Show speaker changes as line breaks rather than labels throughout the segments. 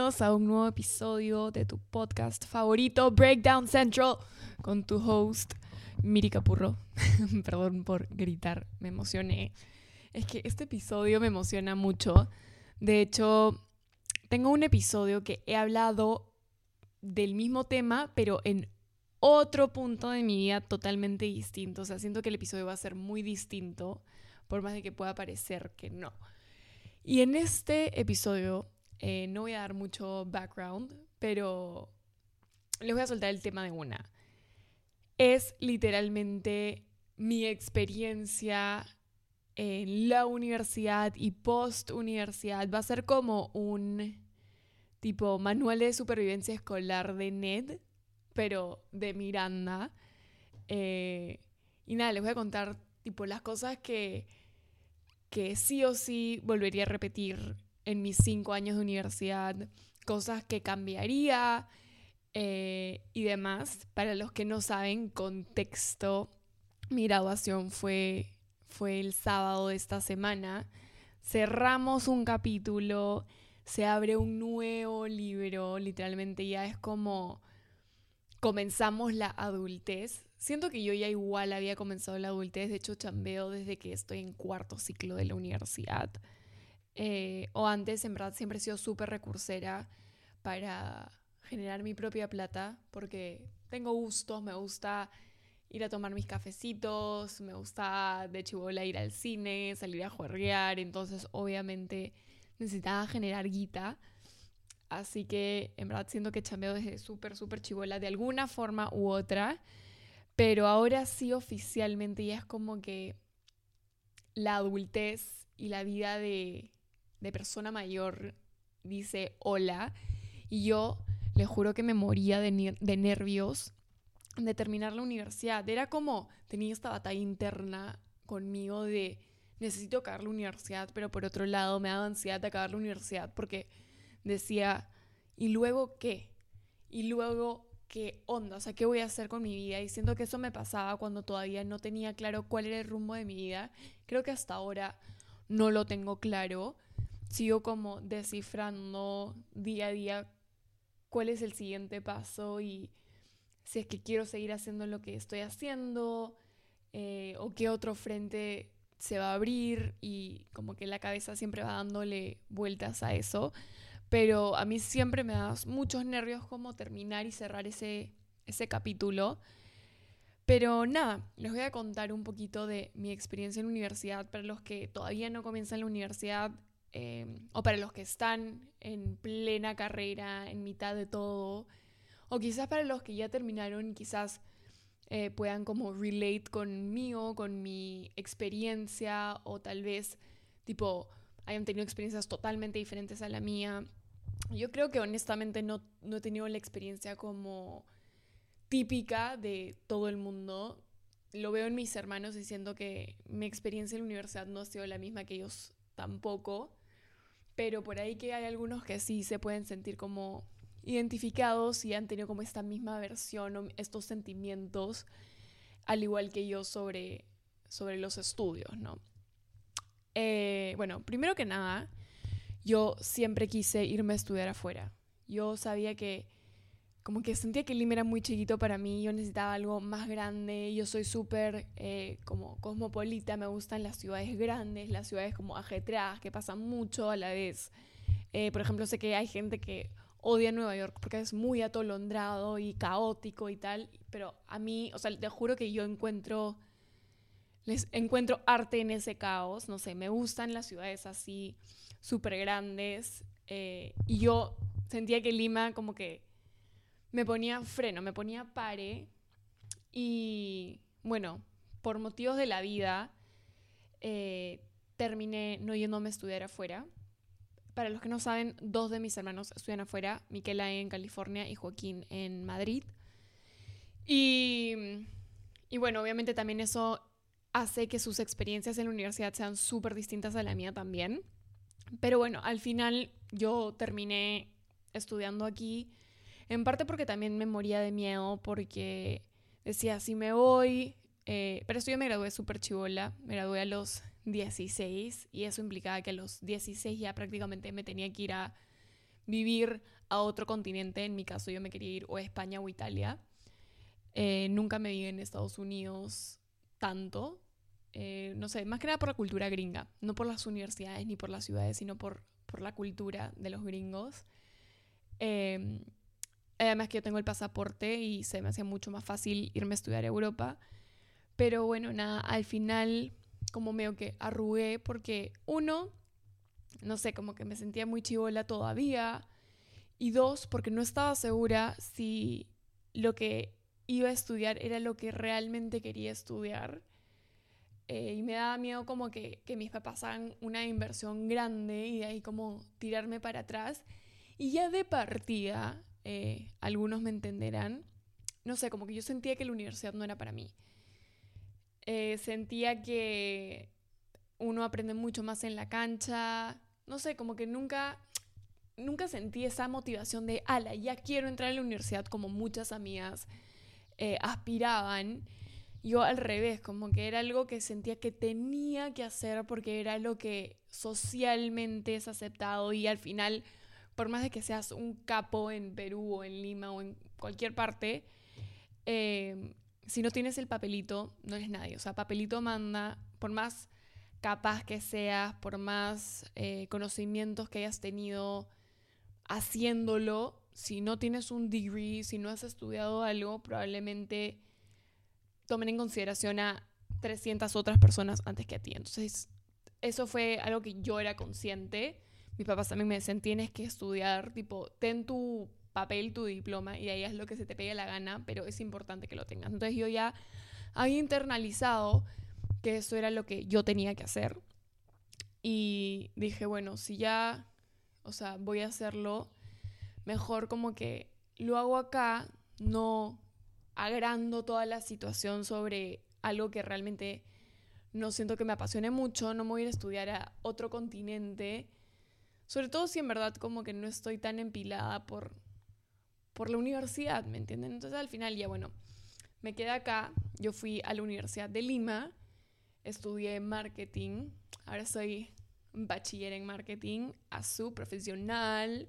bienvenidos a un nuevo episodio de tu podcast favorito, Breakdown Central, con tu host, Miri Capurro. Perdón por gritar, me emocioné. Es que este episodio me emociona mucho. De hecho, tengo un episodio que he hablado del mismo tema, pero en otro punto de mi vida totalmente distinto. O sea, siento que el episodio va a ser muy distinto, por más de que pueda parecer que no. Y en este episodio no voy a dar mucho background, pero les voy a soltar el tema de una. Es literalmente mi experiencia en la universidad y post-universidad. Va a ser como un tipo manual de supervivencia escolar de Ned, pero de Miranda. Y nada, les voy a contar tipo las cosas que sí o sí volvería a repetir en mis 5 años de universidad, cosas que cambiaría y demás. Para los que no saben, contexto, mi graduación fue el sábado de esta semana. Cerramos un capítulo, se abre un nuevo libro, literalmente ya es como comenzamos la adultez. Siento que yo ya igual había comenzado la adultez, de hecho chambeo desde que estoy en 4º ciclo de la universidad. O antes, en verdad, siempre he sido súper recursera para generar mi propia plata, porque tengo gustos, me gusta ir a tomar mis cafecitos, me gusta de chibola ir al cine, salir a juerguear, entonces obviamente necesitaba generar guita. Así que en verdad siento que chambeo desde súper chibola de alguna forma u otra. Pero ahora sí oficialmente ya es como que la adultez y la vida de persona mayor dice hola. Y yo les juro que me moría de nervios de terminar la universidad. Era como tenía esta batalla interna conmigo de necesito acabar la universidad, pero por otro lado me daba ansiedad de acabar la universidad porque decía, ¿y luego qué? ¿Y luego qué onda? O sea, ¿qué voy a hacer con mi vida? Y siento que eso me pasaba cuando todavía no tenía claro cuál era el rumbo de mi vida. Creo que hasta ahora no lo tengo claro. Sigo como descifrando día a día cuál es el siguiente paso y si es que quiero seguir haciendo lo que estoy haciendo o qué otro frente se va a abrir, y como que la cabeza siempre va dándole vueltas a eso. Pero a mí siempre me da muchos nervios como terminar y cerrar ese capítulo. Pero nada, les voy a contar un poquito de mi experiencia en la universidad para los que todavía no comienzan la universidad o para los que están en plena carrera, en mitad de todo, o quizás para los que ya terminaron y quizás puedan como relate conmigo, con mi experiencia, o tal vez tipo hayan tenido experiencias totalmente diferentes a la mía. Yo creo que honestamente no he tenido la experiencia como típica de todo el mundo. Lo veo en mis hermanos diciendo que mi experiencia en la universidad no ha sido la misma que ellos tampoco, pero por ahí que hay algunos que sí se pueden sentir como identificados y han tenido como esta misma versión o estos sentimientos, al igual que yo, sobre los estudios, ¿no? Bueno, primero que nada, yo siempre quise irme a estudiar afuera. Yo sabía que como que sentía que Lima era muy chiquito para mí, yo necesitaba algo más grande. Yo soy súper como cosmopolita, me gustan las ciudades grandes, las ciudades como ajetreadas, que pasan mucho a la vez. Por ejemplo, sé que hay gente que odia Nueva York porque es muy atolondrado y caótico y tal, pero a mí, o sea, te juro que yo les encuentro arte en ese caos. No sé, me gustan las ciudades así súper grandes, y yo sentía que Lima como que me ponía freno, me ponía pare. Y bueno, por motivos de la vida terminé no yéndome a estudiar afuera. Para los que no saben, 2 de mis hermanos estudian afuera, Miquela en California y Joaquín en Madrid. Y bueno, obviamente también eso hace que sus experiencias en la universidad sean súper distintas a la mía también. Pero bueno, al final yo terminé estudiando aquí, en parte porque también me moría de miedo, porque decía, si me voy... pero esto yo me gradué súper chivola, me gradué a los 16 y eso implicaba que a los 16 ya prácticamente me tenía que ir a vivir a otro continente. En mi caso yo me quería ir o a España o Italia. Nunca me vi en Estados Unidos tanto. No sé, más que nada por la cultura gringa. No por las universidades ni por las ciudades, sino por la cultura de los gringos. Eh, Además que yo tengo el pasaporte y se me hacía mucho más fácil irme a estudiar a Europa. Pero bueno, nada, al final como medio que arrugué porque uno, no sé, como que me sentía muy chivola todavía. Y dos, porque no estaba segura si lo que iba a estudiar era lo que realmente quería estudiar. Y me daba miedo como que mis papás hagan una inversión grande y de ahí como tirarme para atrás. Y ya de partida, algunos me entenderán, no sé, como que yo sentía que la universidad no era para mí. Sentía que uno aprende mucho más en la cancha. No sé, como que nunca sentí esa motivación de, ala, ya quiero entrar a la universidad como muchas amigas aspiraban. Yo al revés, como que era algo que sentía que tenía que hacer porque era lo que socialmente es aceptado y al final, por más de que seas un capo en Perú o en Lima o en cualquier parte, si no tienes el papelito, no eres nadie. O sea, papelito manda, por más capaz que seas, por más conocimientos que hayas tenido haciéndolo, si no tienes un degree, si no has estudiado algo, probablemente tomen en consideración a 300 otras personas antes que a ti. Entonces, eso fue algo que yo era consciente. Mis papás también me decían, tienes que estudiar, tipo, ten tu papel, tu diploma, y ahí es lo que se te pegue la gana, pero es importante que lo tengas. Entonces yo ya había internalizado que eso era lo que yo tenía que hacer. Y dije, bueno, si ya, o sea, voy a hacerlo, mejor como que lo hago acá, no agrando toda la situación sobre algo que realmente no siento que me apasione mucho, no me voy a ir a estudiar a otro continente, sobre todo si en verdad como que no estoy tan empilada por la universidad, ¿me entienden? Entonces al final ya bueno, me quedé acá, yo fui a la Universidad de Lima, estudié marketing, ahora soy bachiller en marketing, ASU, profesional,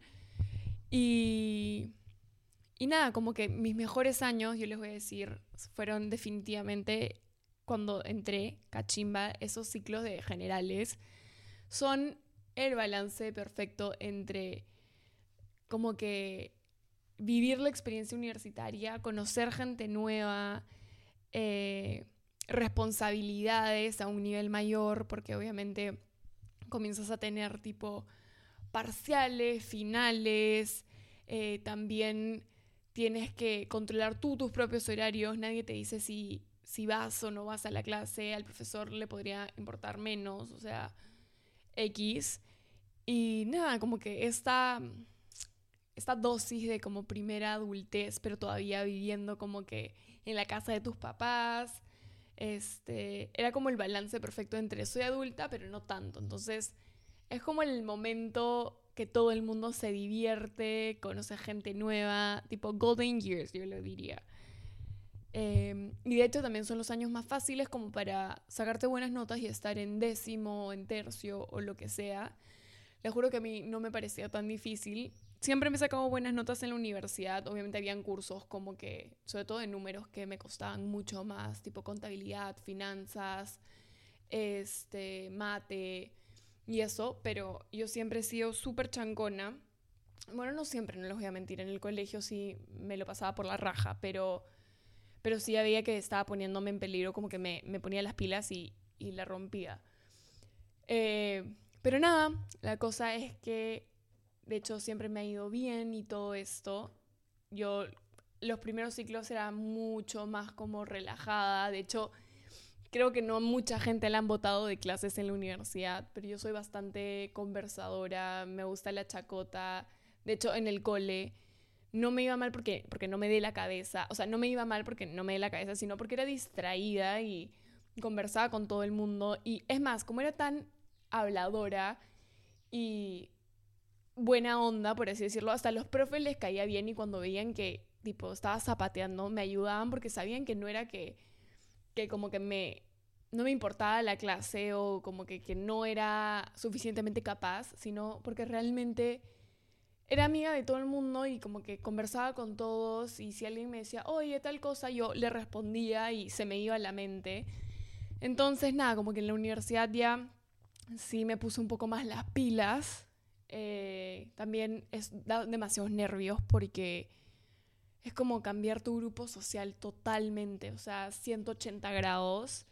y nada, como que mis mejores años, yo les voy a decir, fueron definitivamente cuando entré, cachimba, esos ciclos de generales, son el balance perfecto entre como que vivir la experiencia universitaria, conocer gente nueva, eh, responsabilidades a un nivel mayor, porque obviamente comienzas a tener tipo parciales, finales, también tienes que controlar tú tus propios horarios, nadie te dice si vas o no vas a la clase, al profesor le podría importar menos, o sea, X. Y nada, como que esta dosis de como primera adultez, pero todavía viviendo como que en la casa de tus papás, era como el balance perfecto entre soy adulta, pero no tanto. Entonces, es como el momento que todo el mundo se divierte, conoce gente nueva, tipo Golden Years, yo lo diría. Y de hecho también son los años más fáciles como para sacarte buenas notas y estar en décimo, en tercio o lo que sea. Les juro que a mí no me parecía tan difícil. Siempre me sacaba buenas notas en la universidad. Obviamente habían cursos como que, sobre todo de números, que me costaban mucho más, tipo contabilidad, finanzas, mate y eso, pero yo siempre he sido súper chancona. Bueno, no siempre, no les voy a mentir, en el colegio sí me lo pasaba por la raja, pero sí había que estaba poniéndome en peligro, como que me ponía las pilas y la rompía. Pero nada, la cosa es que de hecho siempre me ha ido bien y todo esto. Yo los primeros ciclos era mucho más como relajada. De hecho, creo que no mucha gente la han botado de clases en la universidad, pero yo soy bastante conversadora, me gusta la chacota. De hecho, en el cole no me iba mal porque no me dé la cabeza. O sea, no me iba mal porque no me dé la cabeza, sino porque era distraída y conversaba con todo el mundo. Y es más, como era tan habladora y buena onda, por así decirlo, hasta a los profes les caía bien y cuando veían que tipo estaba zapateando me ayudaban porque sabían que no era que como que no me importaba la clase o como que no era suficientemente capaz, sino porque realmente era amiga de todo el mundo y como que conversaba con todos y si alguien me decía, oye, tal cosa, yo le respondía y se me iba a la mente. Entonces, nada, como que en la universidad ya sí me puse un poco más las pilas. También da demasiados nervios porque es como cambiar tu grupo social totalmente, o sea, 180 grados.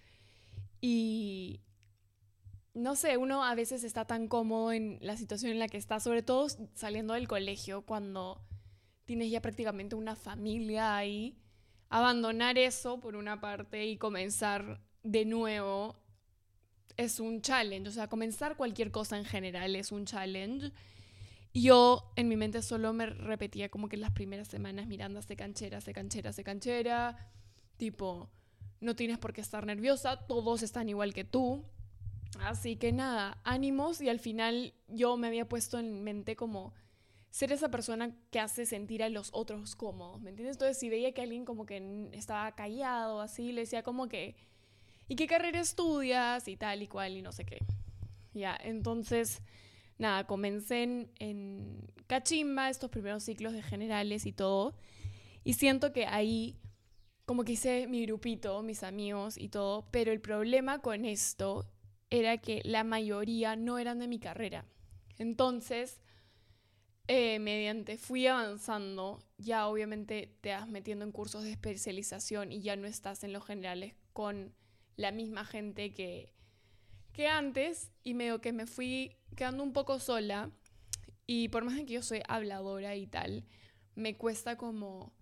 Y no sé, uno a veces está tan cómodo en la situación en la que está, sobre todo saliendo del colegio, cuando tienes ya prácticamente una familia ahí. Abandonar eso por una parte y comenzar de nuevo es un challenge. O sea, comenzar cualquier cosa en general es un challenge. Y yo en mi mente solo me repetía como que las primeras semanas Miranda se canchera, se canchera, se canchera. Tipo, no tienes por qué estar nerviosa, todos están igual que tú. Así que nada, ánimos y al final yo me había puesto en mente como ser esa persona que hace sentir a los otros cómodos, ¿me entiendes? Entonces si veía que alguien como que estaba callado, así, le decía como que, ¿y qué carrera estudias? Y tal y cual y no sé qué. Ya, entonces, nada, comencé en Cachimba, estos primeros ciclos de generales y todo, y siento que ahí como que hice mi grupito, mis amigos y todo, pero el problema con esto era que la mayoría no eran de mi carrera. Entonces, mediante fui avanzando, ya obviamente te vas metiendo en cursos de especialización y ya no estás en los generales con la misma gente que antes y medio que me fui quedando un poco sola y por más de que yo soy habladora y tal, me cuesta como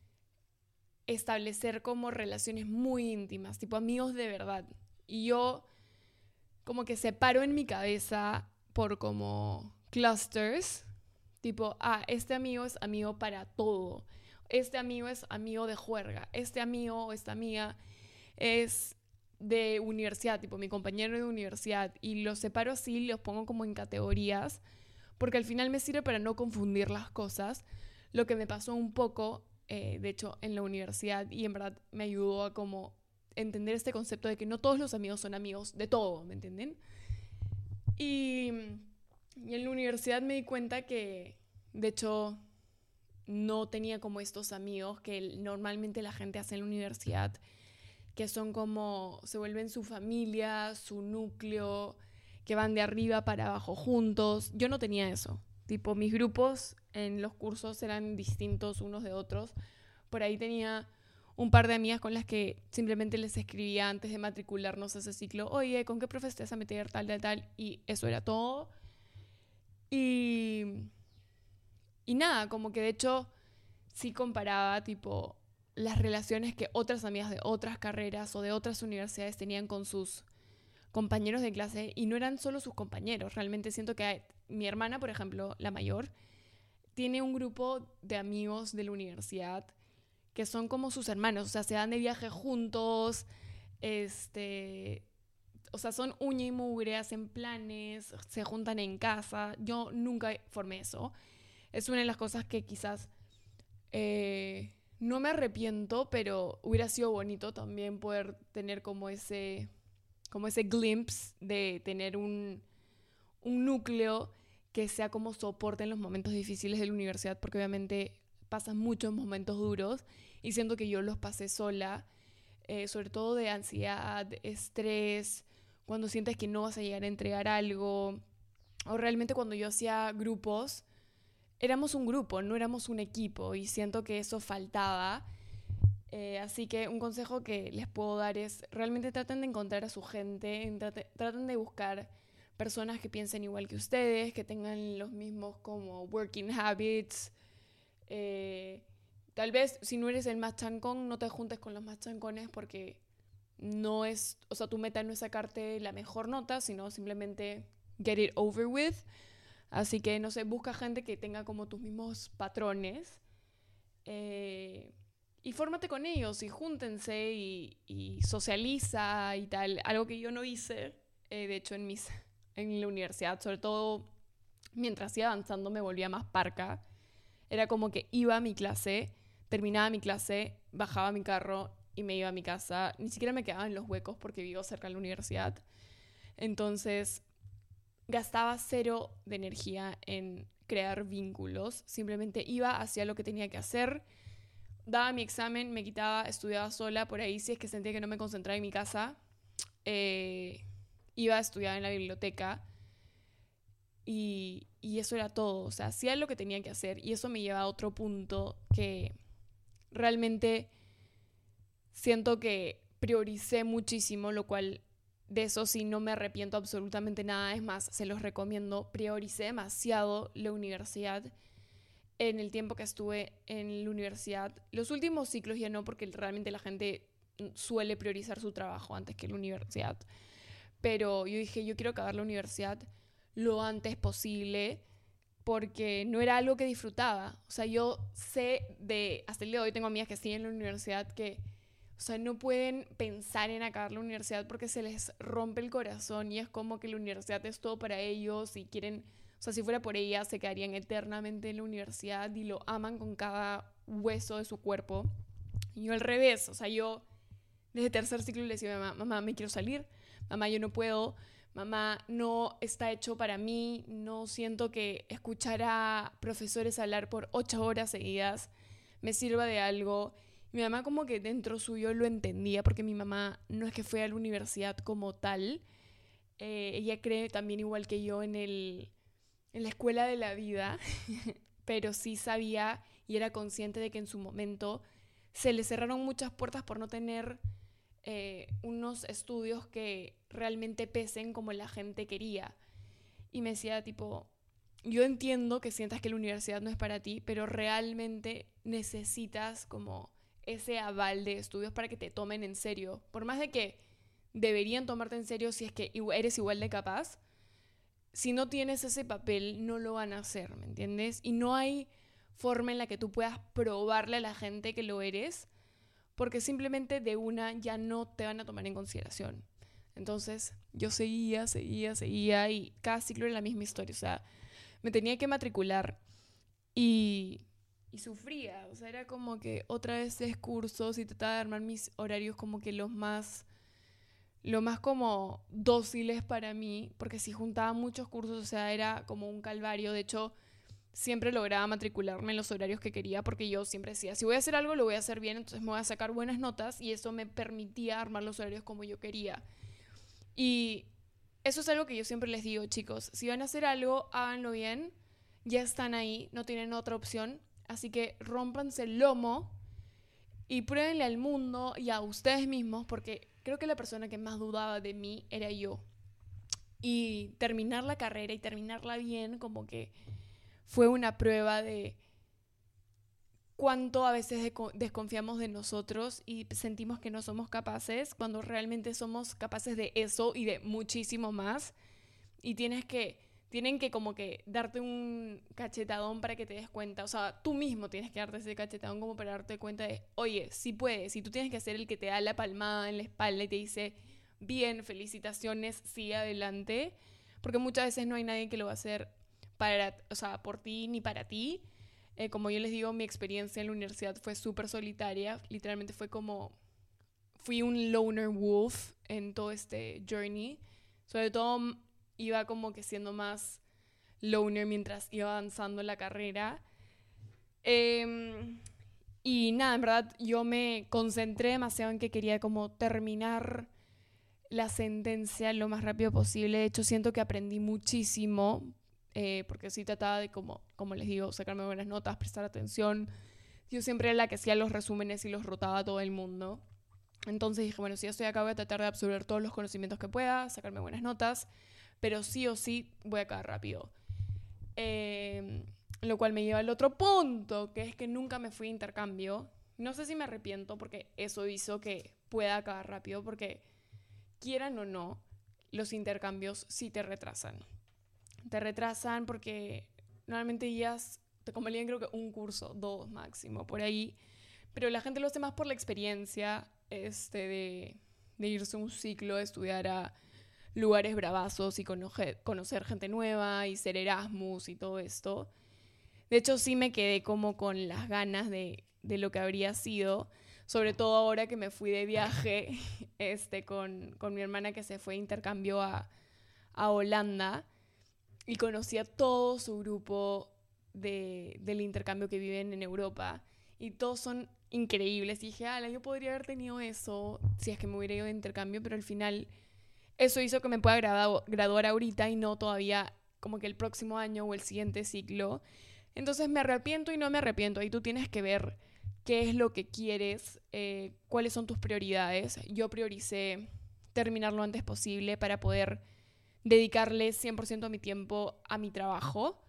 establecer como relaciones muy íntimas, tipo amigos de verdad. Y yo como que separo en mi cabeza por como clusters, tipo, este amigo es amigo para todo, este amigo es amigo de juerga, este amigo o esta amiga es de universidad, tipo mi compañero de universidad, y los separo así, los pongo como en categorías, porque al final me sirve para no confundir las cosas, lo que me pasó un poco, de hecho, en la universidad, y en verdad me ayudó a como entender este concepto de que no todos los amigos son amigos de todo, ¿me entienden? Y, y en la universidad me di cuenta que, de hecho, no tenía como estos amigos que normalmente la gente hace en la universidad, que son como, se vuelven su familia, su núcleo, que van de arriba para abajo juntos. Yo no tenía eso. Tipo, mis grupos en los cursos eran distintos unos de otros. Por ahí tenía un par de amigas con las que simplemente les escribía antes de matricularnos a ese ciclo, oye, ¿con qué profe te vas a meter? Tal, tal, tal. Y eso era todo. Y, y nada, como que de hecho sí comparaba tipo las relaciones que otras amigas de otras carreras o de otras universidades tenían con sus compañeros de clase y no eran solo sus compañeros. Realmente siento que mi hermana, por ejemplo, la mayor, tiene un grupo de amigos de la universidad que son como sus hermanos, o sea, se dan de viaje juntos, este, o sea, son uña y mugre, hacen planes, se juntan en casa. Yo nunca formé eso. Es una de las cosas que quizás no me arrepiento, pero hubiera sido bonito también poder tener como ese glimpse de tener un núcleo que sea como soporte en los momentos difíciles de la universidad, porque obviamente pasan muchos momentos duros y siento que yo los pasé sola, sobre todo de ansiedad, estrés, cuando sientes que no vas a llegar a entregar algo, o realmente cuando yo hacía grupos, éramos un grupo, no éramos un equipo y siento que eso faltaba. Así que un consejo que les puedo dar es realmente traten de encontrar a su gente, traten de buscar personas que piensen igual que ustedes, que tengan los mismos como working habits. Eh, Tal vez si no eres el más chancón, no te juntes con los más chancones porque no es, o sea, tu meta no es sacarte la mejor nota, sino simplemente get it over with. Así que, no sé, busca gente que tenga como tus mismos patrones eh, y fórmate con ellos y júntense y socializa y tal. Algo que yo no hice, de hecho, en la universidad, sobre todo mientras iba avanzando me volvía más parca. Era como que iba a mi clase, terminaba mi clase, bajaba mi carro y me iba a mi casa. Ni siquiera me quedaba en los huecos porque vivo cerca de la universidad. Entonces, gastaba cero de energía en crear vínculos. Simplemente iba, hacía lo que tenía que hacer, daba mi examen, me quitaba, estudiaba sola por ahí. Si es que sentía que no me concentraba en mi casa, iba a estudiar en la biblioteca. Y eso era todo. O sea, hacía lo que tenía que hacer. Y eso me lleva a otro punto que realmente siento que prioricé muchísimo, lo cual de eso sí no me arrepiento absolutamente nada. Es más, se los recomiendo. Prioricé demasiado la universidad en el tiempo que estuve en la universidad. Los últimos ciclos ya no, porque realmente la gente suele priorizar su trabajo antes que la universidad. Pero yo dije, yo quiero acabar la universidad lo antes posible porque no era algo que disfrutaba. O sea, yo sé hasta el día de hoy tengo amigas que siguen en la universidad que, o sea, no pueden pensar en acabar la universidad porque se les rompe el corazón y es como que la universidad es todo para ellos y quieren, o sea, si fuera por ellas se quedarían eternamente en la universidad y lo aman con cada hueso de su cuerpo. Y yo al revés, o sea, yo desde tercer ciclo le decía a mi mamá, mamá, me quiero salir, mamá, yo no puedo, mamá, no está hecho para mí, no siento que escuchar a profesores hablar por 8 horas seguidas me sirva de algo. Mi mamá como que dentro suyo lo entendía porque mi mamá no es que fue a la universidad como tal, ella cree también igual que yo en la escuela de la vida, pero sí sabía y era consciente de que en su momento se le cerraron muchas puertas por no tener unos estudios que realmente pesen como la gente quería. Y me decía tipo, yo entiendo que sientas que la universidad no es para ti, pero realmente necesitas como ese aval de estudios para que te tomen en serio. Por más de que deberían tomarte en serio si es que eres igual de capaz, si no tienes ese papel no lo van a hacer, ¿me entiendes? Y no hay forma en la que tú puedas probarle a la gente que lo eres porque simplemente de una ya no te van a tomar en consideración. Entonces yo seguía y cada ciclo era la misma historia. O sea, me tenía que matricular y sufría. O sea, era como que otra vez es cursos y trataba de armar mis horarios como que lo más como dóciles para mí, porque si juntaba muchos cursos, o sea, era como un calvario. De hecho, siempre lograba matricularme en los horarios que quería porque yo siempre decía, si voy a hacer algo, lo voy a hacer bien, entonces me voy a sacar buenas notas y eso me permitía armar los horarios como yo quería. Y eso es algo que yo siempre les digo, chicos, si van a hacer algo, háganlo bien, ya están ahí, no tienen otra opción, así que rómpanse el lomo y pruébenle al mundo y a ustedes mismos, porque creo que la persona que más dudaba de mí era yo. Y terminar la carrera y terminarla bien, como que fue una prueba de cuánto a veces desconfiamos de nosotros y sentimos que no somos capaces cuando realmente somos capaces de eso y de muchísimo más. Y tienen que como que darte un cachetadón para que te des cuenta. O sea, tú mismo tienes que darte ese cachetadón como para darte cuenta de, oye, sí puedes. Y tú tienes que ser el que te da la palmada en la espalda y te dice, bien, felicitaciones, sigue adelante. Porque muchas veces no hay nadie que lo va a hacer o sea, por ti ni para ti. Como yo les digo, mi experiencia en la universidad fue súper solitaria. Literalmente fue como, fui un loner wolf en todo este journey. Sobre todo iba como que siendo más loner mientras iba avanzando la carrera. Y nada, en verdad yo me concentré demasiado en que quería como terminar la sentencia lo más rápido posible. De hecho, siento que aprendí muchísimo, porque sí trataba de, como les digo, sacarme buenas notas, prestar atención. Yo siempre era la que hacía los resúmenes y los rotaba a todo el mundo. Entonces dije, bueno, si ya estoy acá voy a tratar de absorber todos los conocimientos que pueda, sacarme buenas notas, pero sí o sí voy a acabar rápido. Lo cual me lleva al otro punto, que es que nunca me fui a intercambio. No sé si me arrepiento porque eso hizo que pueda acabar rápido, porque quieran o no, los intercambios sí te retrasan. Te retrasan porque normalmente ya te convalidan creo que un curso, 2 máximo, por ahí. Pero la gente lo hace más por la experiencia de irse a un ciclo, de estudiar a lugares bravazos y conocer gente nueva y ser Erasmus y todo esto. De hecho, sí me quedé como con las ganas de lo que habría sido, sobre todo ahora que me fui de viaje con mi hermana que se fue de intercambio a Holanda y conocí a todo su grupo del intercambio que viven en Europa y todos son increíbles. Y dije, yo podría haber tenido eso si es que me hubiera ido de intercambio, pero al final eso hizo que me pueda graduar ahorita y no todavía como que el próximo año o el siguiente ciclo. Entonces me arrepiento y no me arrepiento. Ahí tú tienes que ver qué es lo que quieres, cuáles son tus prioridades. Yo prioricé terminar lo antes posible para poder dedicarle 100% de mi tiempo a mi trabajo.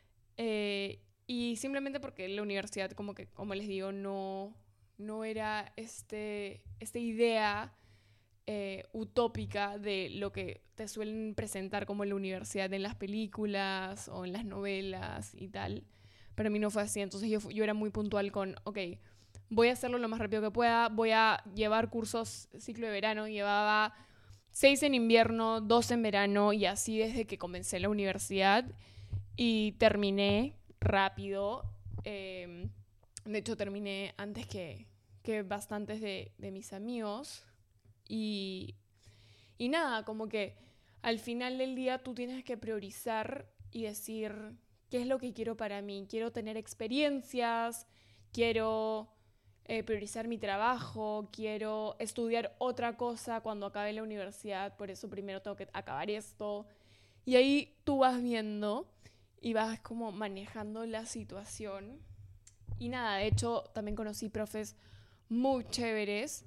Y simplemente porque la universidad, como que, como les digo, no era esta idea utópica de lo que te suelen presentar como la universidad en las películas o en las novelas y tal. Pero a mí no fue así. Entonces yo era muy puntual con, ok, voy a hacerlo lo más rápido que pueda, voy a llevar cursos ciclo de verano, llevaba 6 en invierno, 2 en verano y así desde que comencé la universidad y terminé rápido. De hecho, terminé antes que bastantes de mis amigos. Y nada, como que al final del día tú tienes que priorizar y decir qué es lo que quiero para mí. Quiero tener experiencias, quiero priorizar mi trabajo, quiero estudiar otra cosa cuando acabe la universidad, por eso primero tengo que acabar esto. Y ahí tú vas viendo y vas como manejando la situación. Y nada, de hecho también conocí profes muy chéveres.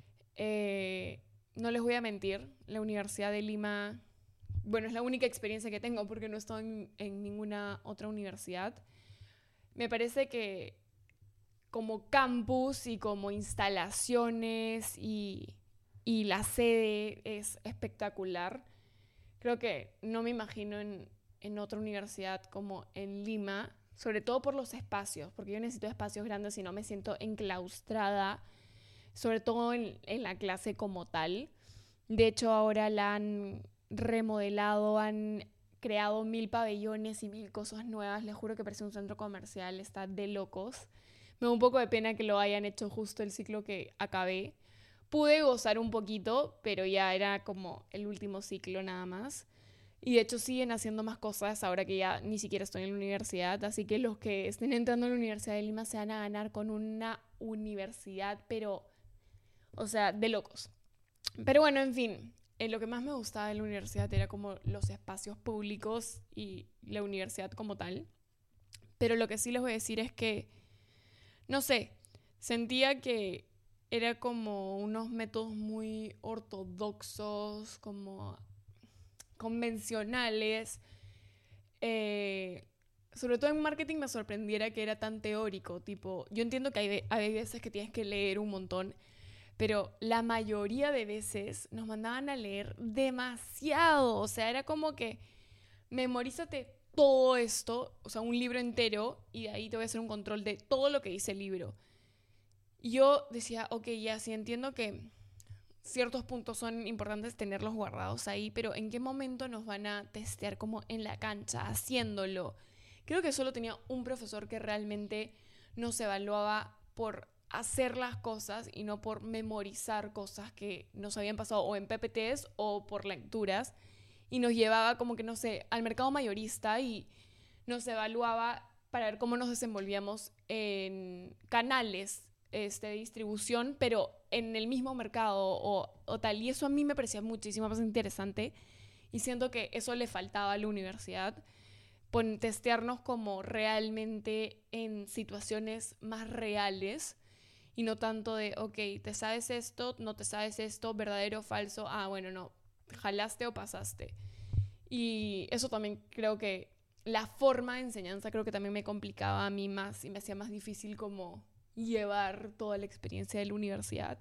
No les voy a mentir, la Universidad de Lima, bueno, es la única experiencia que tengo porque no estoy en ninguna otra universidad. Me parece que como campus y como instalaciones y la sede es espectacular. Creo que no me imagino en otra universidad como en Lima, sobre todo por los espacios, porque yo necesito espacios grandes y no me siento enclaustrada, sobre todo en la clase como tal. De hecho, ahora la han remodelado, han creado 1000 pabellones y 1000 cosas nuevas. Les juro que parece un centro comercial, está de locos. Me da un poco de pena que lo hayan hecho justo el ciclo que acabé. Pude gozar un poquito, pero ya era como el último ciclo nada más. Y de hecho siguen haciendo más cosas ahora que ya ni siquiera estoy en la universidad. Así que los que estén entrando a la Universidad de Lima se van a ganar con una universidad, pero, o sea, de locos. Pero bueno, en fin, lo que más me gustaba de la universidad era como los espacios públicos y la universidad como tal. Pero lo que sí les voy a decir es que, no sé, sentía que era como unos métodos muy ortodoxos, como convencionales. Eh, Sobre todo en marketing me sorprendiera que era tan teórico. Tipo, yo entiendo que hay veces que tienes que leer un montón, pero la mayoría de veces nos mandaban a leer demasiado. O sea, era como que memorízate todo esto, o sea, un libro entero, y de ahí te voy a hacer un control de todo lo que dice el libro. Y yo decía, ok, ya sí entiendo que ciertos puntos son importantes tenerlos guardados ahí, pero ¿en qué momento nos van a testear como en la cancha, haciéndolo? Creo que solo tenía un profesor que realmente nos evaluaba por hacer las cosas y no por memorizar cosas que nos habían pasado o en PPTs o por lecturas, y nos llevaba como que, no sé, al mercado mayorista y nos evaluaba para ver cómo nos desenvolvíamos en canales de distribución, pero en el mismo mercado o tal. Y eso a mí me parecía muchísimo más interesante y siento que eso le faltaba a la universidad, testearnos como realmente en situaciones más reales y no tanto de, ok, ¿te sabes esto? ¿No te sabes esto? ¿Verdadero o falso? Ah, bueno, no, jalaste o pasaste. Y eso también creo que la forma de enseñanza creo que también me complicaba a mí más y me hacía más difícil como llevar toda la experiencia de la universidad.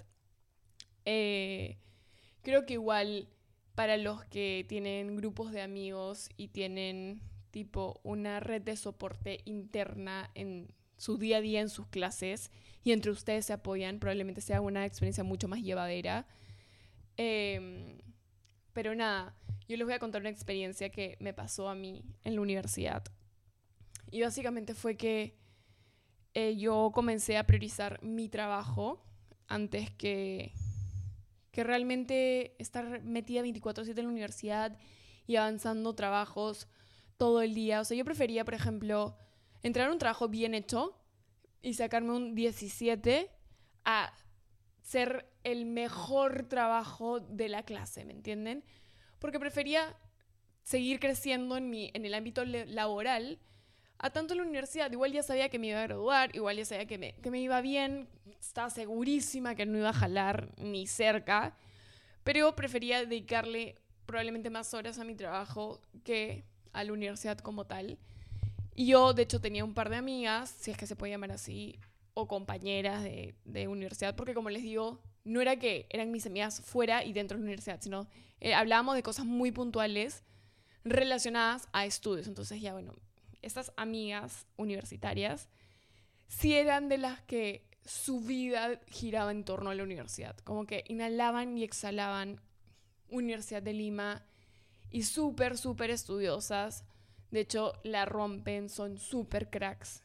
Eh, Creo que igual para los que tienen grupos de amigos y tienen tipo una red de soporte interna en su día a día, en sus clases, y entre ustedes se apoyan, probablemente sea una experiencia mucho más llevadera. Eh, pero nada, yo les voy a contar una experiencia que me pasó a mí en la universidad. Y básicamente fue que yo comencé a priorizar mi trabajo antes que realmente estar metida 24/7 en la universidad y avanzando trabajos todo el día. O sea, yo prefería, por ejemplo, entrar a un trabajo bien hecho y sacarme un 17 a ser el mejor trabajo de la clase, ¿me entienden? Porque prefería seguir creciendo en el ámbito laboral a tanto en la universidad. Igual ya sabía que me iba a graduar, igual ya sabía que me iba bien, estaba segurísima que no iba a jalar ni cerca, pero yo prefería dedicarle probablemente más horas a mi trabajo que a la universidad como tal. Y yo, de hecho, tenía un par de amigas, si es que se puede llamar así, o compañeras de universidad, porque como les digo, no era que eran mis amigas fuera y dentro de la universidad, sino hablábamos de cosas muy puntuales relacionadas a estudios. Entonces ya, bueno, estas amigas universitarias sí eran de las que su vida giraba en torno a la universidad. Como que inhalaban y exhalaban Universidad de Lima y súper, súper estudiosas. De hecho, la rompen, son súper cracks.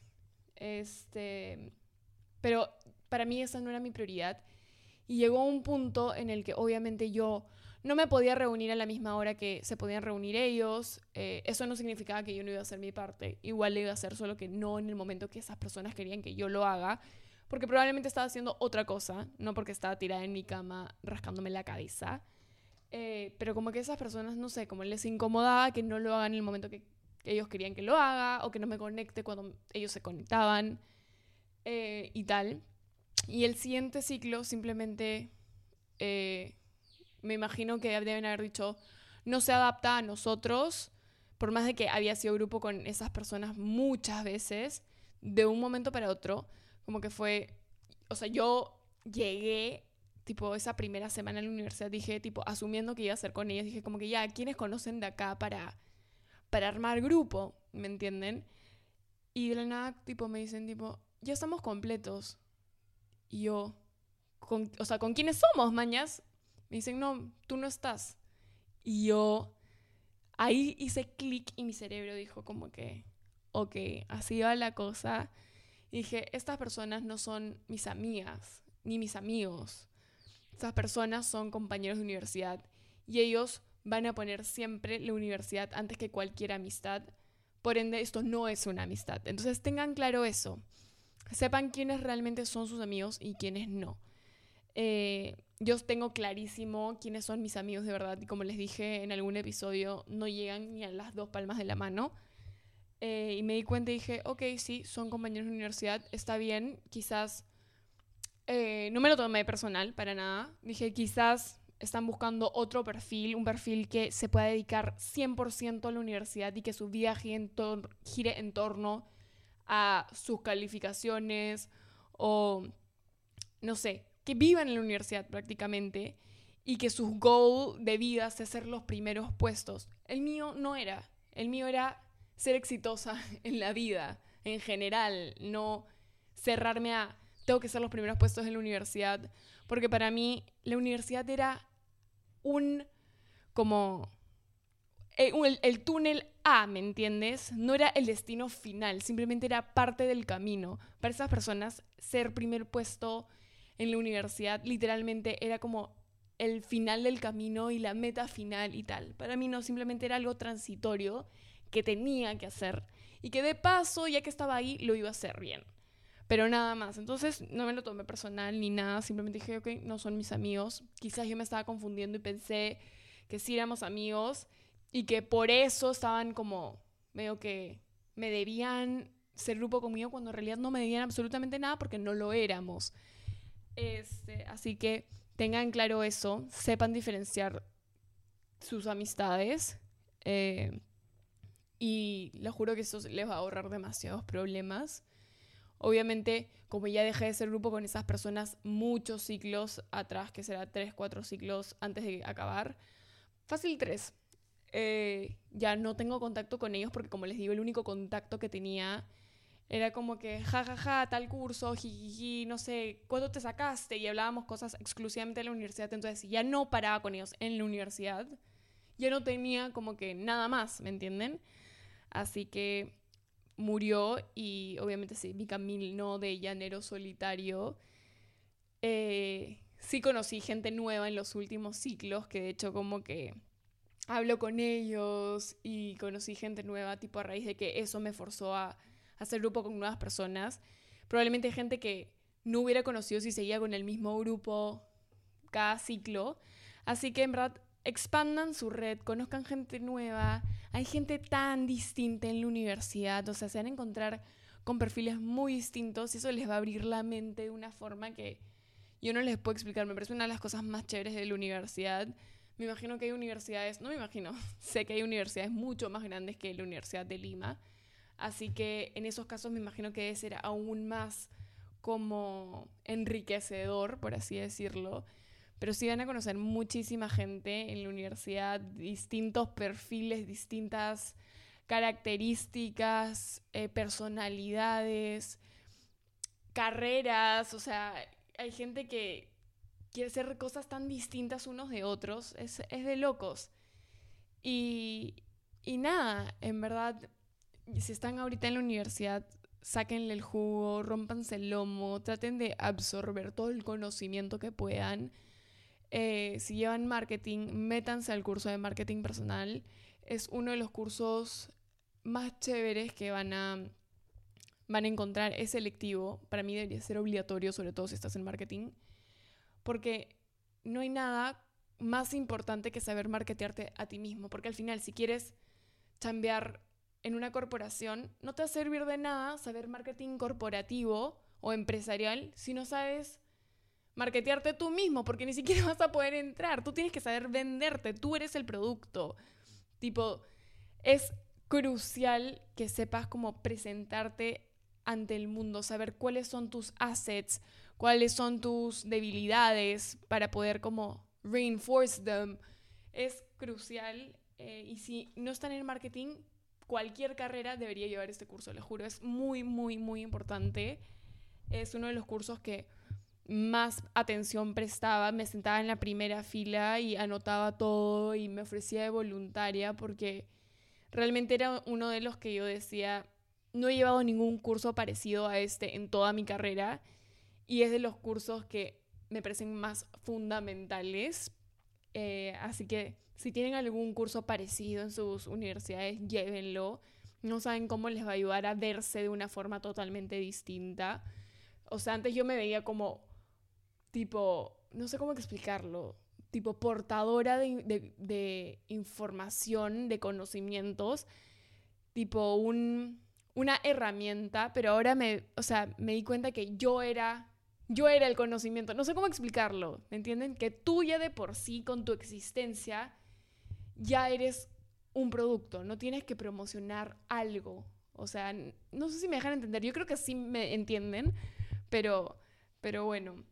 Pero para mí esa no era mi prioridad. Y llegó un punto en el que obviamente yo no me podía reunir a la misma hora que se podían reunir ellos. Eso no significaba que yo no iba a hacer mi parte. Igual le iba a hacer, solo que no en el momento que esas personas querían que yo lo haga. Porque probablemente estaba haciendo otra cosa, no porque estaba tirada en mi cama rascándome la cabeza. Pero como que esas personas, no sé, como les incomodaba que no lo hagan en el momento que ellos querían que lo haga, o que no me conecte cuando ellos se conectaban, y tal. Y el siguiente ciclo simplemente, eh, me imagino que deben haber dicho, no se adapta a nosotros, por más de que había sido grupo con esas personas muchas veces, de un momento para otro, como que fue, o sea, yo llegué, tipo, esa primera semana en la universidad, dije, tipo, asumiendo que iba a ser con ellos, dije como que ya, ¿quiénes conocen de acá para armar grupo? ¿Me entienden? Y de la nada, tipo, me dicen, tipo, ya estamos completos. Y yo, o sea, ¿con quiénes somos, mañas? Me dicen, no, tú no estás. Y yo, ahí hice clic y mi cerebro dijo como que, ok, así va la cosa. Y dije, estas personas no son mis amigas, ni mis amigos. Estas personas son compañeros de universidad. Y ellos van a poner siempre la universidad antes que cualquier amistad. Por ende, esto no es una amistad. Entonces tengan claro eso. Sepan quiénes realmente son sus amigos y quiénes no. Yo tengo clarísimo quiénes son mis amigos de verdad y como les dije en algún episodio, no llegan ni a las 2 palmas de la mano. Y me di cuenta y dije, ok, sí, son compañeros de universidad, está bien, quizás no me lo tomé personal para nada. Dije, quizás están buscando otro perfil, un perfil que se pueda dedicar 100% a la universidad y que su vida gire en torno a sus calificaciones o, no sé, que vivan en la universidad prácticamente y que su goal de vida sea ser los primeros puestos. El mío no era. El mío era ser exitosa en la vida, en general, no cerrarme a tengo que ser los primeros puestos en la universidad, porque para mí la universidad era un como el túnel A, ¿me entiendes? No era el destino final, simplemente era parte del camino. Para esas personas, ser primer puesto en la universidad literalmente era como el final del camino y la meta final y tal. Para mí no, simplemente era algo transitorio que tenía que hacer y que de paso, ya que estaba ahí, lo iba a hacer bien. Pero nada más. Entonces no me lo tomé personal ni nada. Simplemente dije, ok, no son mis amigos. Quizás yo me estaba confundiendo y pensé que sí éramos amigos y que por eso estaban como medio que me debían ser grupo conmigo cuando en realidad no me debían absolutamente nada porque no lo éramos. Así que tengan claro eso, sepan diferenciar sus amistades, y les juro que eso les va a ahorrar demasiados problemas. Obviamente, como ya dejé de ser grupo con esas personas muchos ciclos atrás, que será 3, 4 ciclos antes de acabar, fácil 3. Ya no tengo contacto con ellos porque, como les digo, el único contacto que tenía era como que, jajaja, ja, ja, tal curso, jijiji, no sé, ¿cuánto te sacaste? Y hablábamos cosas exclusivamente de la universidad. Entonces, si ya no paraba con ellos en la universidad, ya no tenía como que nada más, ¿me entienden? Así que murió y obviamente sí, mi camino de llanero solitario. Sí conocí gente nueva en los últimos ciclos, que de hecho como que hablo con ellos y conocí gente nueva, tipo a raíz de que eso me forzó a hacer grupo con nuevas personas. Probablemente hay gente que no hubiera conocido si seguía con el mismo grupo cada ciclo. Así que en verdad expandan su red, conozcan gente nueva. Hay gente tan distinta en la universidad, o sea, se van a encontrar con perfiles muy distintos y eso les va a abrir la mente de una forma que yo no les puedo explicar. Me parece una de las cosas más chéveres de la universidad. Me imagino que hay universidades, no me imagino, sé que hay universidades mucho más grandes que la Universidad de Lima. Así que en esos casos me imagino que debe ser aún más como enriquecedor, por así decirlo. Pero sí van a conocer muchísima gente en la universidad, distintos perfiles, distintas características, personalidades, carreras. O sea, hay gente que quiere hacer cosas tan distintas unos de otros. Es de locos. Y, y nada, en verdad, si están ahorita en la universidad, sáquenle el jugo, rómpanse el lomo, traten de absorber todo el conocimiento que puedan. Si llevan marketing, métanse al curso de marketing personal. Es uno de los cursos más chéveres que van a encontrar. Es selectivo. Para mí debería ser obligatorio, sobre todo si estás en marketing. Porque no hay nada más importante que saber marketearte a ti mismo. Porque al final, si quieres chambear en una corporación, no te va a servir de nada saber marketing corporativo o empresarial si no sabes marketearte tú mismo, porque ni siquiera vas a poder entrar. Tú tienes que saber venderte, tú eres el producto. Tipo, es crucial que sepas cómo presentarte ante el mundo, saber cuáles son tus assets, cuáles son tus debilidades para poder como reinforce them. Es crucial y si no están en marketing, cualquier carrera debería llevar este curso, les juro. Es muy, muy, muy importante. Es uno de los cursos que más atención prestaba. Me sentaba en la primera fila y anotaba todo y me ofrecía de voluntaria porque realmente era uno de los que yo decía, no he llevado ningún curso parecido a este en toda mi carrera y es de los cursos que me parecen más fundamentales. Así que si tienen algún curso parecido en sus universidades, llévenlo. No saben cómo les va a ayudar a verse de una forma totalmente distinta. O sea, antes yo me veía como tipo, no sé cómo explicarlo, tipo portadora de información, de conocimientos, tipo una herramienta, pero ahora o sea, me di cuenta que yo era el conocimiento. No sé cómo explicarlo, ¿me entienden? Que tú ya de por sí, con tu existencia, ya eres un producto, no tienes que promocionar algo. O sea, no sé si me dejan entender, yo creo que sí me entienden, pero, pero bueno.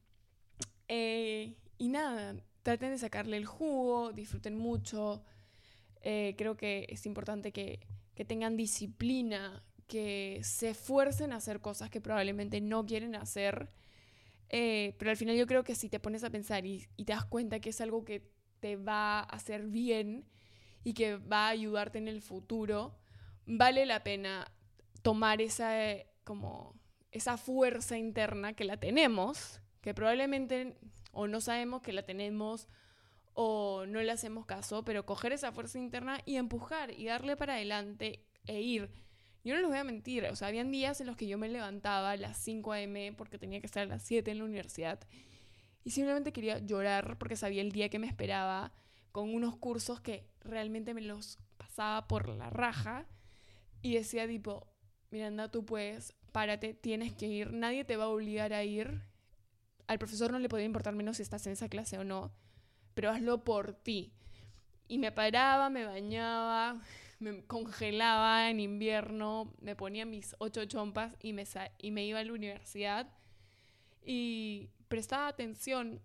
Y nada, traten de sacarle el jugo, disfruten mucho. Creo que es importante que tengan disciplina, que se esfuercen a hacer cosas que probablemente no quieren hacer. Pero al final yo creo que si te pones a pensar y te das cuenta que es algo que te va a hacer bien y que va a ayudarte en el futuro, vale la pena tomar como esa fuerza interna que la tenemos, que probablemente o no sabemos que la tenemos o no le hacemos caso, pero coger esa fuerza interna y empujar y darle para adelante e ir. Yo no les voy a mentir, o sea, habían días en los que yo me levantaba a las 5 a.m. porque tenía que estar a las 7 en la universidad y simplemente quería llorar porque sabía el día que me esperaba con unos cursos que realmente me los pasaba por la raja y decía tipo, Miranda, tú puedes, párate, tienes que ir, nadie te va a obligar a ir. Al profesor no le podía importar menos si estás en esa clase o no, pero hazlo por ti. Y me paraba, me bañaba, me congelaba en invierno, me ponía mis 8 chompas y me iba a la universidad y prestaba atención.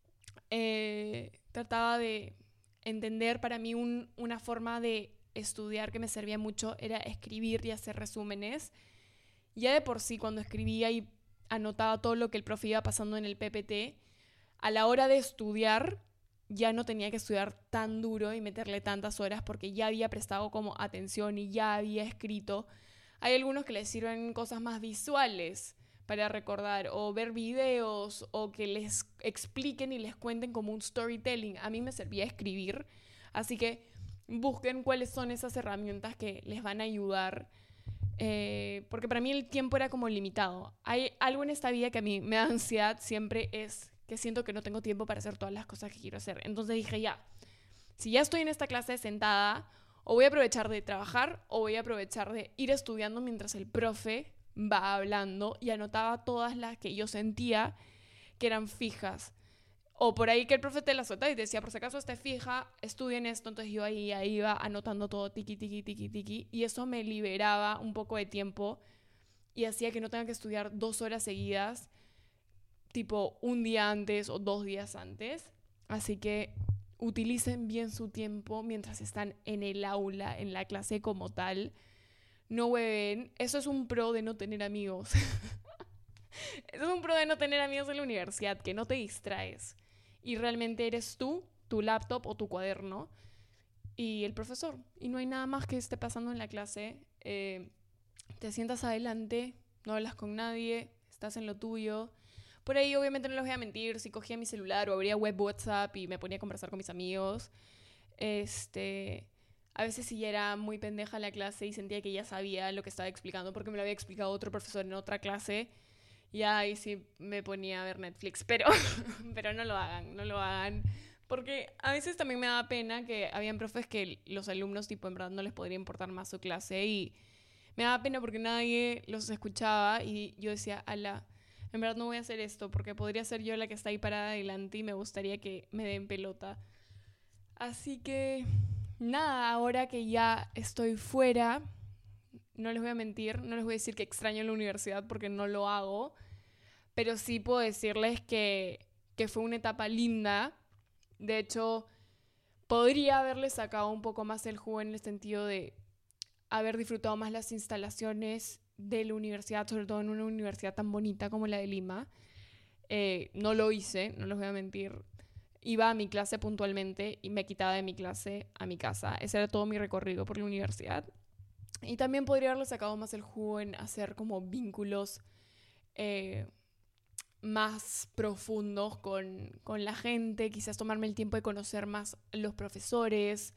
Trataba de entender. Para mí una forma de estudiar que me servía mucho era escribir y hacer resúmenes. Ya de por sí, cuando escribía y anotaba todo lo que el profe iba pasando en el PPT, a la hora de estudiar ya no tenía que estudiar tan duro y meterle tantas horas porque ya había prestado como atención y ya había escrito. Hay algunos que les sirven cosas más visuales para recordar o ver videos o que les expliquen y les cuenten como un storytelling. A mí me servía escribir, así que busquen cuáles son esas herramientas que les van a ayudar. Porque para mí el tiempo era como limitado. Hay algo en esta vida que a mí me da ansiedad siempre, es que siento que no tengo tiempo para hacer todas las cosas que quiero hacer. Entonces dije, ya, si ya estoy en esta clase sentada, o voy a aprovechar de trabajar o voy a aprovechar de ir estudiando mientras el profe va hablando, y anotaba todas las que yo sentía que eran fijas. O por ahí que el profe te la suelta y te decía, por si acaso esté fija, estudien esto. Entonces yo ahí iba anotando todo, tiqui, tiqui, tiqui, tiqui. Y eso me liberaba un poco de tiempo y hacía que no tenga que estudiar 2 horas seguidas, tipo un día antes o 2 días antes. Así que utilicen bien su tiempo mientras están en el aula, en la clase como tal. No hueven. Eso es un pro de no tener amigos. Eso es un pro de no tener amigos en la universidad, que no te distraes. Y realmente eres tú, tu laptop o tu cuaderno y el profesor. Y no hay nada más que esté pasando en la clase. Te sientas adelante, no hablas con nadie, estás en lo tuyo. Por ahí obviamente no les voy a mentir, si cogía mi celular o abría web WhatsApp y me ponía a conversar con mis amigos. A veces sí era muy pendeja la clase y sentía que ya sabía lo que estaba explicando porque me lo había explicado otro profesor en otra clase. Y ahí sí me ponía a ver Netflix, pero, pero no lo hagan, no lo hagan. Porque a veces también me daba pena que habían profes que los alumnos, tipo, en verdad no les podría importar más su clase, y me daba pena porque nadie los escuchaba y yo decía, ala, en verdad no voy a hacer esto porque podría ser yo la que está ahí parada adelante y me gustaría que me den pelota. Así que, nada, ahora que ya estoy fuera, no les voy a mentir, no les voy a decir que extraño la universidad porque no lo hago, pero sí puedo decirles que fue una etapa linda. De hecho, podría haberle sacado un poco más el jugo en el sentido de haber disfrutado más las instalaciones de la universidad, sobre todo en una universidad tan bonita como la de Lima. No lo hice, no les voy a mentir. Iba a mi clase puntualmente y me quitaba de mi clase a mi casa. Ese era todo mi recorrido por la universidad. Y también podría haberle sacado más el jugo en hacer como vínculos eh, más profundos con la gente, quizás tomarme el tiempo de conocer más los profesores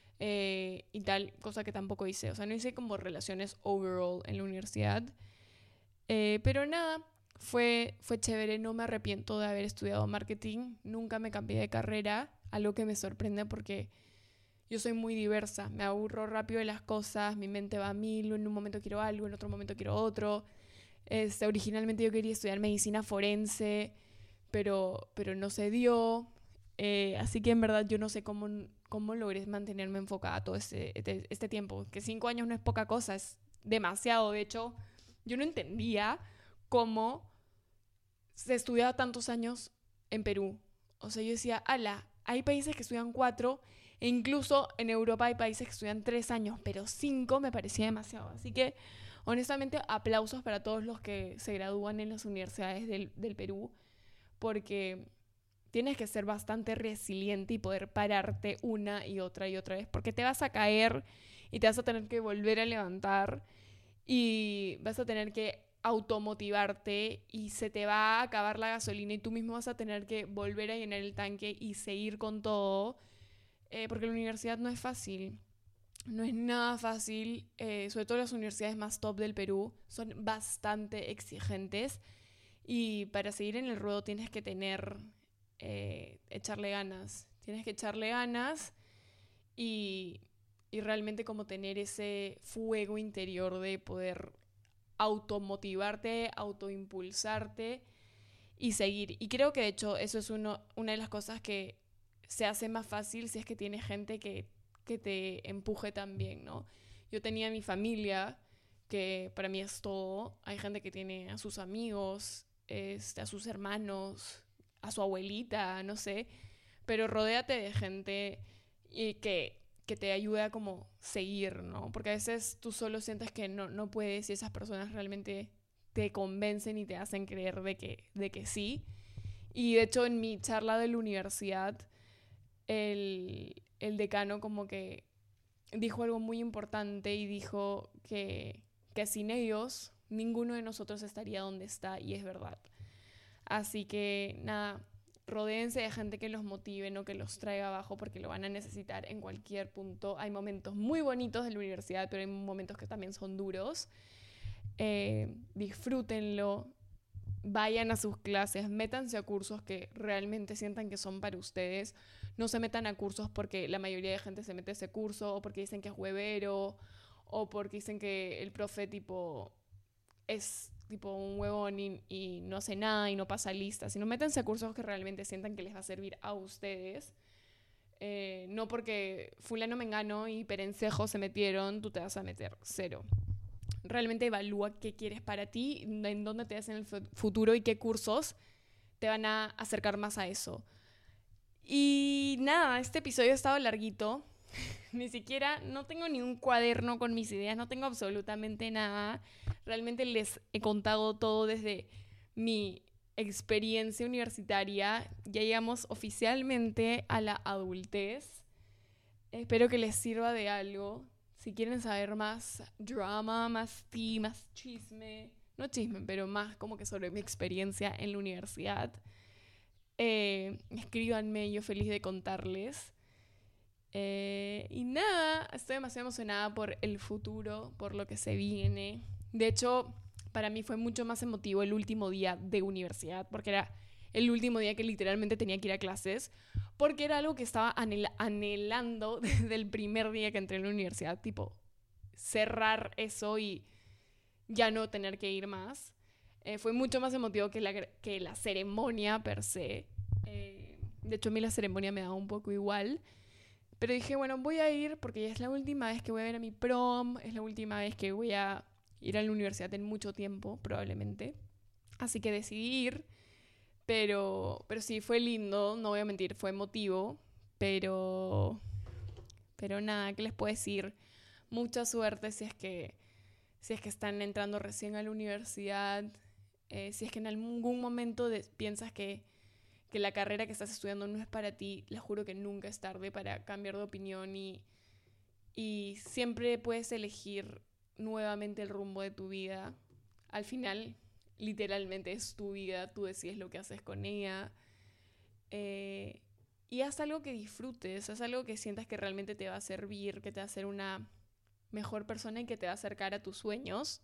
y tal, cosa que tampoco hice. O sea, no hice como relaciones overall en la universidad. Pero nada, fue chévere, no me arrepiento de haber estudiado marketing, nunca me cambié de carrera, algo que me sorprende porque yo soy muy diversa, me aburro rápido de las cosas, mi mente va a mil, en un momento quiero algo, en otro momento quiero otro. Originalmente yo quería estudiar medicina forense, pero no se dio. Así que en verdad yo no sé cómo logré mantenerme enfocada todo este tiempo. Que 5 años no es poca cosa, es demasiado. De hecho, yo no entendía cómo se estudiaba tantos años en Perú. O sea, yo decía, ala, hay países que estudian 4, e incluso en Europa hay países que estudian 3 años, pero 5 me parecía demasiado. Así que, honestamente, aplausos para todos los que se gradúan en las universidades del Perú, porque tienes que ser bastante resiliente y poder pararte una y otra vez, porque te vas a caer y te vas a tener que volver a levantar y vas a tener que automotivarte y se te va a acabar la gasolina y tú mismo vas a tener que volver a llenar el tanque y seguir con todo, porque la universidad no es fácil. No es nada fácil, sobre todo las universidades más top del Perú son bastante exigentes y para seguir en el ruedo tienes que echarle ganas. Tienes que echarle ganas y, y realmente como tener ese fuego interior de poder automotivarte, autoimpulsarte y seguir. Y creo que de hecho eso es una de las cosas que se hace más fácil si es que tienes gente que te empuje también, ¿no? Yo tenía mi familia, que para mí es todo. Hay gente que tiene a sus amigos, a sus hermanos, a su abuelita, no sé. Pero rodéate de gente y que te ayude a como seguir, ¿no? Porque a veces tú solo sientes que no puedes y esas personas realmente te convencen y te hacen creer de que sí. Y de hecho en mi charla de la universidad, el decano como que dijo algo muy importante y dijo que sin ellos ninguno de nosotros estaría donde está, y es verdad. Así que nada, Rodéense de gente que los motive, no que los traiga abajo, porque lo van a necesitar en cualquier punto. Hay momentos muy bonitos de la universidad, pero hay momentos que también son duros. Disfrútenlo, vayan a sus clases, métanse a cursos que realmente sientan que son para ustedes. No se metan a cursos porque la mayoría de gente se mete a ese curso, o porque dicen que es huevero, o porque dicen que el profe tipo es tipo un huevón y no hace nada y no pasa lista. Sino métanse a cursos que realmente sientan que les va a servir a ustedes. No porque fulano mengano y perencejo se metieron, tú te vas a meter. Cero. Realmente evalúa qué quieres para ti, en dónde te ves en el futuro y qué cursos te van a acercar más a eso. Y nada, este episodio ha estado larguito. Ni siquiera, no tengo ni un cuaderno con mis ideas, no tengo absolutamente nada. Realmente les he contado todo desde mi experiencia universitaria. Ya llegamos oficialmente a la adultez. Espero que les sirva de algo. Si quieren saber más drama, más tea, más chisme, no chisme, pero más como que sobre mi experiencia en la universidad, escríbanme, yo feliz de contarles. Y nada, estoy demasiado emocionada por el futuro, por lo que se viene. De hecho, para mí fue mucho más emotivo el último día de universidad, porque era el último día que literalmente tenía que ir a clases, porque era algo que estaba anhelando desde el primer día que entré en la universidad, tipo, cerrar eso y ya no tener que ir más. Fue mucho más emotivo que la ceremonia per se. De hecho, a mí la ceremonia me daba un poco igual. Pero dije, bueno, voy a ir porque ya es la última vez que voy a ver a mi prom, es la última vez que voy a ir a la universidad en mucho tiempo, probablemente. Así que decidí ir, pero sí, fue lindo, no voy a mentir, fue emotivo, pero nada, ¿qué les puedo decir? Mucha suerte si es que están entrando recién a la universidad, si es que en algún momento piensas que la carrera que estás estudiando no es para ti, les juro que nunca es tarde para cambiar de opinión y siempre puedes elegir nuevamente el rumbo de tu vida. Al final, literalmente es tu vida, tú decides lo que haces con ella. Y haz algo que disfrutes, haz algo que sientas que realmente te va a servir, que te va a hacer una mejor persona y que te va a acercar a tus sueños.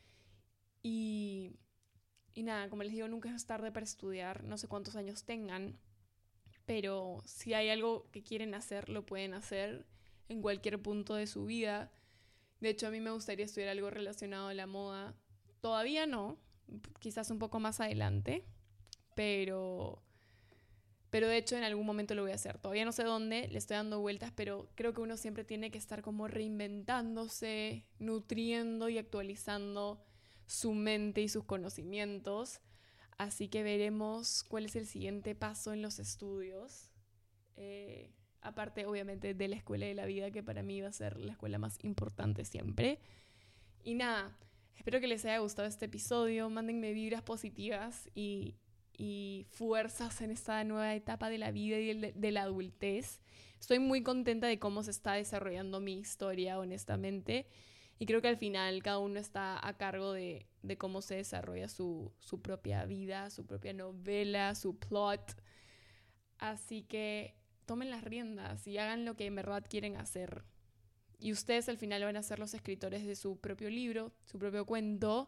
Y nada, como les digo, nunca es tarde para estudiar, no sé cuántos años tengan, pero si hay algo que quieren hacer, lo pueden hacer en cualquier punto de su vida. De hecho, a mí me gustaría estudiar algo relacionado a la moda. Todavía no, quizás un poco más adelante, pero, pero de hecho en algún momento lo voy a hacer. Todavía no sé dónde, le estoy dando vueltas, pero creo que uno siempre tiene que estar como reinventándose, nutriendo y actualizando su mente y sus conocimientos. Así que veremos cuál es el siguiente paso en los estudios. Aparte, obviamente, de la escuela de la vida, que para mí va a ser la escuela más importante siempre. Y nada, espero que les haya gustado este episodio. Mándenme vibras positivas y fuerzas en esta nueva etapa de la vida y de la adultez. Estoy muy contenta de cómo se está desarrollando mi historia, honestamente. Y creo que al final cada uno está a cargo de cómo se desarrolla su propia vida, su propia novela, su plot. Así que tomen las riendas y hagan lo que en verdad quieren hacer. Y ustedes al final van a ser los escritores de su propio libro, su propio cuento.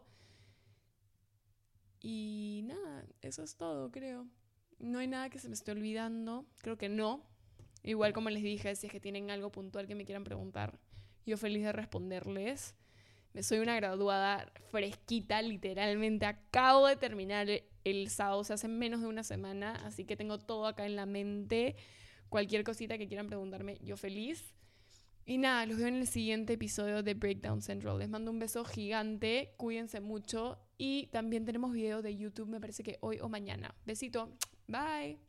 Y nada, eso es todo, creo. No hay nada que se me esté olvidando. Creo que no. Igual como les dije, si es que tienen algo puntual que me quieran preguntar, yo feliz de responderles. Soy una graduada fresquita, literalmente. Acabo de terminar el sábado, o sea, hace menos de una semana, así que tengo todo acá en la mente. Cualquier cosita que quieran preguntarme, yo feliz. Y nada, los veo en el siguiente episodio de Breakdown Central. Les mando un beso gigante, cuídense mucho y también tenemos video de YouTube, me parece que hoy o mañana. Besito, bye.